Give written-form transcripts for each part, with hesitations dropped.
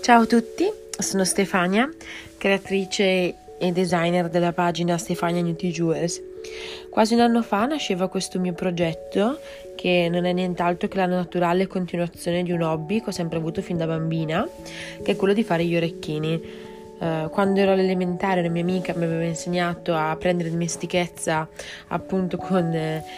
Ciao a tutti, sono Stefania, creatrice e designer della pagina Stefania Newty Jewels. Quasi un anno fa nasceva questo mio progetto, che non è nient'altro che la naturale continuazione di un hobby che ho sempre avuto fin da bambina, che è quello di fare gli orecchini. Quando ero all'elementare una mia amica mi aveva insegnato a prendere dimestichezza appunto con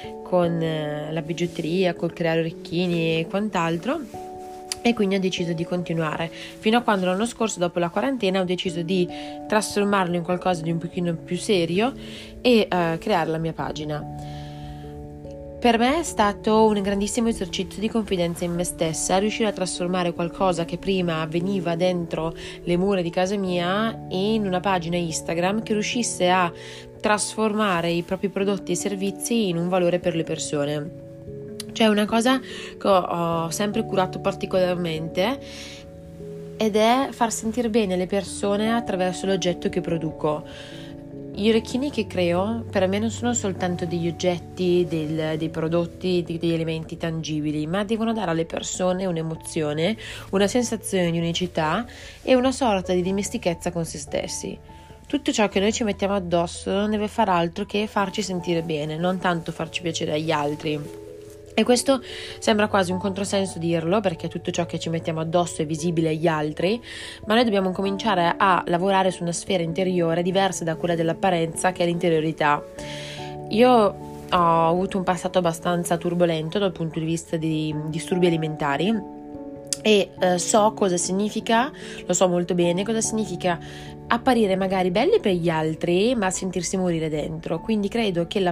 la bigiotteria, col creare orecchini e quant'altro, e quindi ho deciso di continuare fino a quando l'anno scorso, dopo la quarantena, ho deciso di trasformarlo in qualcosa di un pochino più serio e creare la mia pagina. Per me è stato un grandissimo esercizio di confidenza in me stessa riuscire a trasformare qualcosa che prima avveniva dentro le mura di casa mia in una pagina Instagram che riuscisse a trasformare i propri prodotti e servizi in un valore per le persone. Cioè, una cosa che ho sempre curato particolarmente, ed è far sentire bene le persone attraverso l'oggetto che produco. Gli orecchini che creo per me non sono soltanto degli oggetti, dei prodotti, degli elementi tangibili, ma devono dare alle persone un'emozione, una sensazione di unicità e una sorta di dimestichezza con se stessi. Tutto ciò che noi ci mettiamo addosso non deve far altro che farci sentire bene, non tanto farci piacere agli altri. E questo sembra quasi un controsenso dirlo, perché tutto ciò che ci mettiamo addosso è visibile agli altri, ma noi dobbiamo cominciare a lavorare su una sfera interiore diversa da quella dell'apparenza, che è l'interiorità. Io ho avuto un passato abbastanza turbolento dal punto di vista di disturbi alimentari e so cosa significa, lo so molto bene cosa significa apparire magari belli per gli altri ma sentirsi morire dentro. Quindi credo che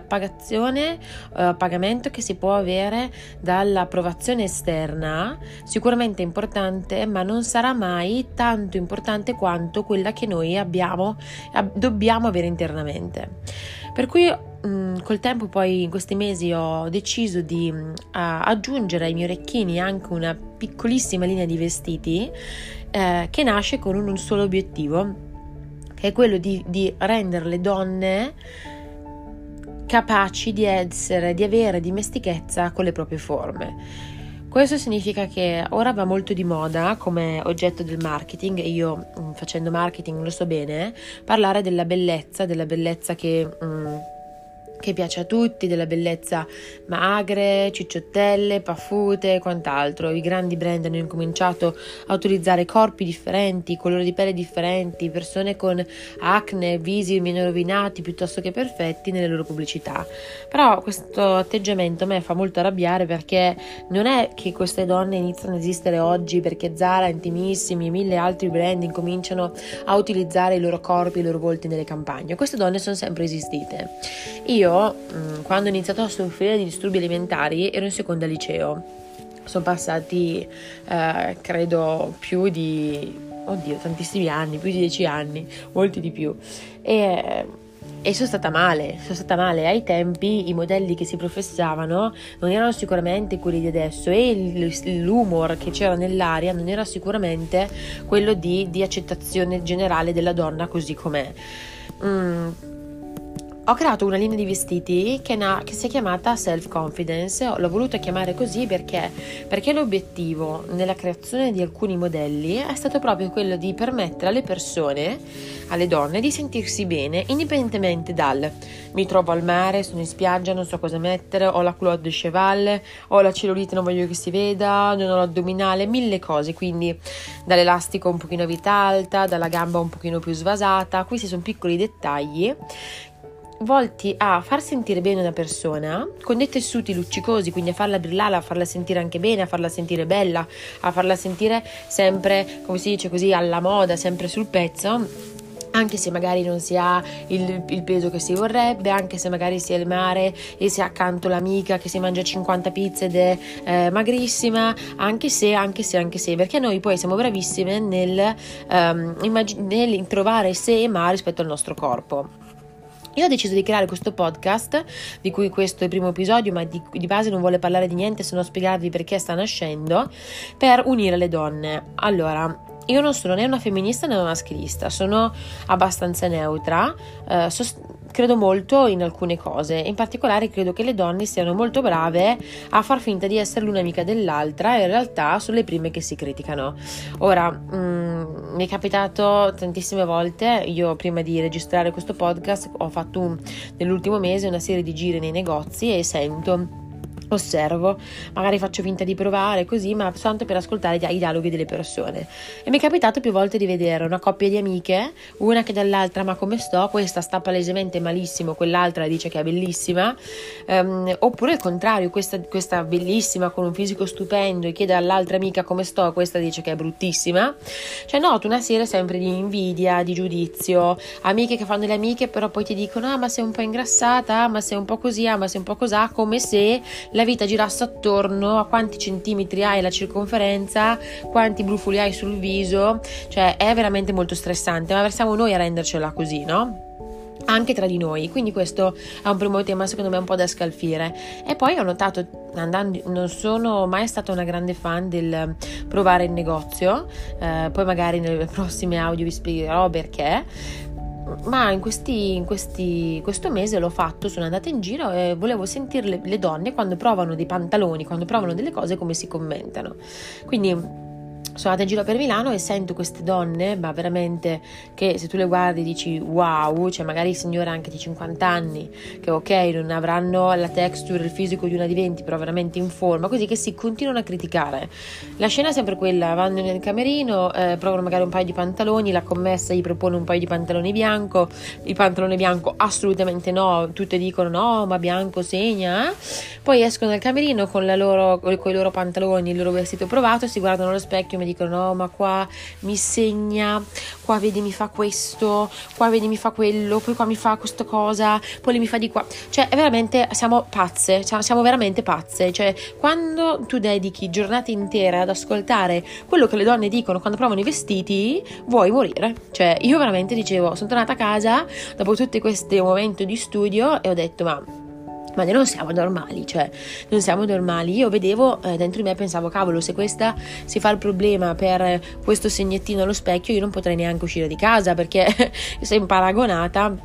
pagamento che si può avere dall'approvazione esterna sicuramente è importante, ma non sarà mai tanto importante quanto quella che noi dobbiamo avere internamente. Per cui col tempo, poi in questi mesi, ho deciso di aggiungere ai miei orecchini anche una piccolissima linea di vestiti che nasce con un solo obiettivo, che è quello di rendere le donne capaci di avere dimestichezza con le proprie forme. Questo significa che ora va molto di moda come oggetto del marketing, e io facendo marketing lo so bene, parlare della bellezza che piace a tutti, della bellezza magre, cicciottelle, paffute e quant'altro. I grandi brand hanno incominciato a utilizzare corpi differenti, colori di pelle differenti, persone con acne, visi meno rovinati piuttosto che perfetti nelle loro pubblicità. Però questo atteggiamento a me fa molto arrabbiare, perché non è che queste donne iniziano ad esistere oggi perché Zara, Intimissimi e 1000 altri brand incominciano a utilizzare i loro corpi, i loro volti nelle campagne. Queste donne sono sempre esistite. Io, quando ho iniziato a soffrire di disturbi alimentari, ero in seconda liceo. Sono passati, credo, tantissimi anni, più di 10 anni, molti di più. E sono stata male. Ai tempi i modelli che si professavano non erano sicuramente quelli di adesso, e l'humor che c'era nell'aria non era sicuramente quello di accettazione generale della donna così com'è. Ho creato una linea di vestiti che si è chiamata Self Confidence. L'ho voluta chiamare così perché l'obiettivo nella creazione di alcuni modelli è stato proprio quello di permettere alle persone, alle donne, di sentirsi bene indipendentemente dal mi trovo al mare, sono in spiaggia, non so cosa mettere, ho la culotte de cheval, ho la cellulite, non voglio che si veda, non ho l'addominale, 1000 cose. Quindi dall'elastico un pochino a vita alta, dalla gamba un pochino più svasata. Questi sono piccoli dettagli volti a far sentire bene una persona con dei tessuti luccicosi, quindi a farla brillare, a farla sentire anche bene, a farla sentire bella, a farla sentire sempre, come si dice così, alla moda, sempre sul pezzo, anche se magari non si ha il peso che si vorrebbe, anche se magari si è al mare e si ha accanto l'amica che si mangia 50 pizze ed è magrissima, anche se, perché noi poi siamo bravissime nel trovare sé e ma rispetto al nostro corpo. Io ho deciso di creare questo podcast, di cui questo è il primo episodio, ma di base non vuole parlare di niente se non spiegarvi perché sta nascendo, per unire le donne. Allora, io non sono né una femminista né una maschilista, sono abbastanza neutra, credo molto in alcune cose, in particolare credo che le donne siano molto brave a far finta di essere l'una amica dell'altra, e in realtà sono le prime che si criticano. Ora, mi è capitato tantissime volte, io prima di registrare questo podcast ho fatto nell'ultimo mese una serie di giri nei negozi e osservo, magari faccio finta di provare così, ma soltanto per ascoltare i dialoghi delle persone. E mi è capitato più volte di vedere una coppia di amiche, una che dall'altra: ma come sto? Questa sta palesemente malissimo, quell'altra dice che è bellissima, oppure il contrario, questa bellissima con un fisico stupendo e chiede all'altra amica come sto, questa dice che è bruttissima. Cioè noto una serie sempre di invidia, di giudizio, amiche che fanno le amiche però poi ti dicono: ma sei un po' ingrassata, ma sei un po' così, ma sei un po' cosà, come se la vita girasse attorno a quanti centimetri hai la circonferenza, quanti brufoli hai sul viso. Cioè è veramente molto stressante, ma siamo noi a rendercela così, no? Anche tra di noi. Quindi questo è un primo tema secondo me un po' da scalfire. E poi ho notato, non sono mai stata una grande fan del provare il negozio, poi magari nelle prossime audio vi spiegherò perché. Ma questo mese l'ho fatto, sono andata in giro e volevo sentire le donne quando provano dei pantaloni, quando provano delle cose, come si commentano. Quindi sono andata in giro per Milano e sento queste donne, ma veramente, che se tu le guardi dici wow, cioè magari signore anche di 50 anni, che ok, non avranno la texture, il fisico di una di 20, però veramente in forma, così, che si continuano a criticare. La scena è sempre quella: vanno nel camerino, provano magari un paio di pantaloni, la commessa gli propone un paio di pantaloni bianco, il pantalone bianco assolutamente no, tutte dicono no, ma bianco segna, poi escono dal camerino con i loro pantaloni, il loro vestito provato, si guardano allo specchio e mi dicono no, ma qua mi segna, qua vedi mi fa questo, qua vedi mi fa quello, poi qua mi fa questa cosa, poi lei mi fa di qua. Cioè è veramente, siamo pazze, siamo veramente pazze. Cioè quando tu dedichi giornate intere ad ascoltare quello che le donne dicono quando provano i vestiti, vuoi morire. Cioè io veramente dicevo, sono tornata a casa dopo tutti questi momenti di studio e ho detto ma noi non siamo normali, cioè non siamo normali. Io vedevo dentro di me, pensavo cavolo, se questa si fa il problema per questo segnettino allo specchio, io non potrei neanche uscire di casa, perché sei paragonata.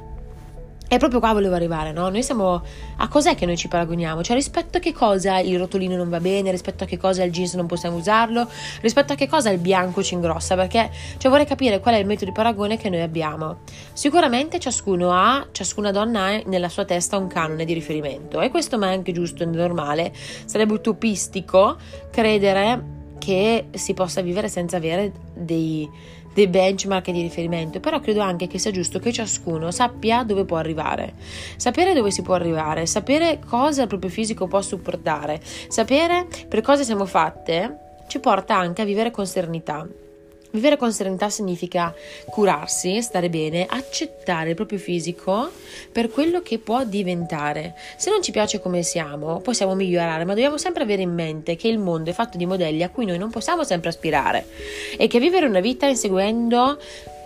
È proprio qua volevo arrivare, no? Noi siamo... A cos'è che noi ci paragoniamo? Cioè rispetto a che cosa il rotolino non va bene, rispetto a che cosa il jeans non possiamo usarlo, rispetto a che cosa il bianco ci ingrossa, perché cioè vorrei capire qual è il metodo di paragone che noi abbiamo. Sicuramente ciascuna donna ha nella sua testa un canone di riferimento, e questo ma è anche giusto e normale. Sarebbe utopistico credere che si possa vivere senza avere dei benchmark di riferimento, però credo anche che sia giusto che ciascuno sappia dove può arrivare, sapere dove si può arrivare, sapere cosa il proprio fisico può supportare, sapere per cosa siamo fatte, ci porta anche a vivere con serenità. Vivere con serenità significa curarsi, stare bene, accettare il proprio fisico per quello che può diventare. Se non ci piace come siamo, possiamo migliorare, ma dobbiamo sempre avere in mente che il mondo è fatto di modelli a cui noi non possiamo sempre aspirare, e che vivere una vita inseguendo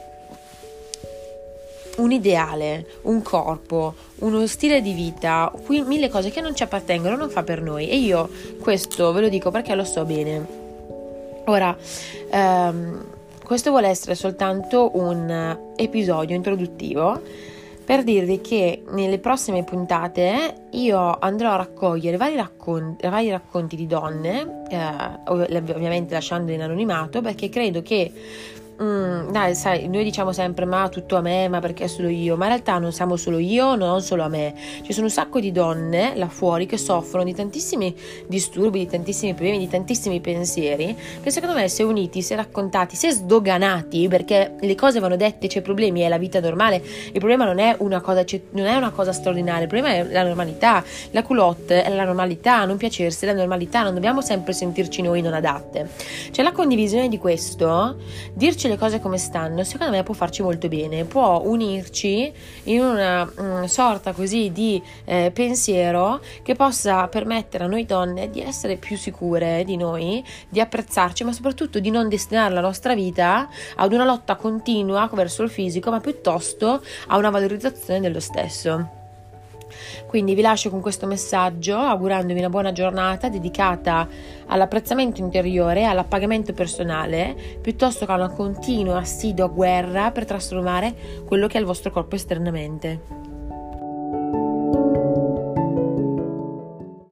un ideale, un corpo, uno stile di vita, mille cose che non ci appartengono, non fa per noi. E io questo ve lo dico perché lo so bene. Ora, questo vuole essere soltanto un episodio introduttivo per dirvi che nelle prossime puntate io andrò a raccogliere vari racconti di donne, ovviamente lasciandoli in anonimato, perché credo che dai, sai, noi diciamo sempre ma tutto a me, ma perché solo io? Ma in realtà non siamo solo io, non solo a me. Ci sono un sacco di donne là fuori che soffrono di tantissimi disturbi, di tantissimi problemi, di tantissimi pensieri, che secondo me se uniti, se raccontati, se sdoganati, perché le cose vanno dette, c'è problemi, è la vita normale. Il problema non è una cosa straordinaria, il problema è la normalità. La culotte è la normalità, non piacersi è la normalità, non dobbiamo sempre sentirci noi non adatte. Cioè la condivisione di questo, dirci le cose come stanno, secondo me può farci molto bene, può unirci in una sorta così di pensiero che possa permettere a noi donne di essere più sicure di noi, di apprezzarci, ma soprattutto di non destinare la nostra vita ad una lotta continua verso il fisico, ma piuttosto a una valorizzazione dello stesso. Quindi vi lascio con questo messaggio, augurandovi una buona giornata dedicata all'apprezzamento interiore e all'appagamento personale, piuttosto che a una continua assidua guerra per trasformare quello che è il vostro corpo esternamente.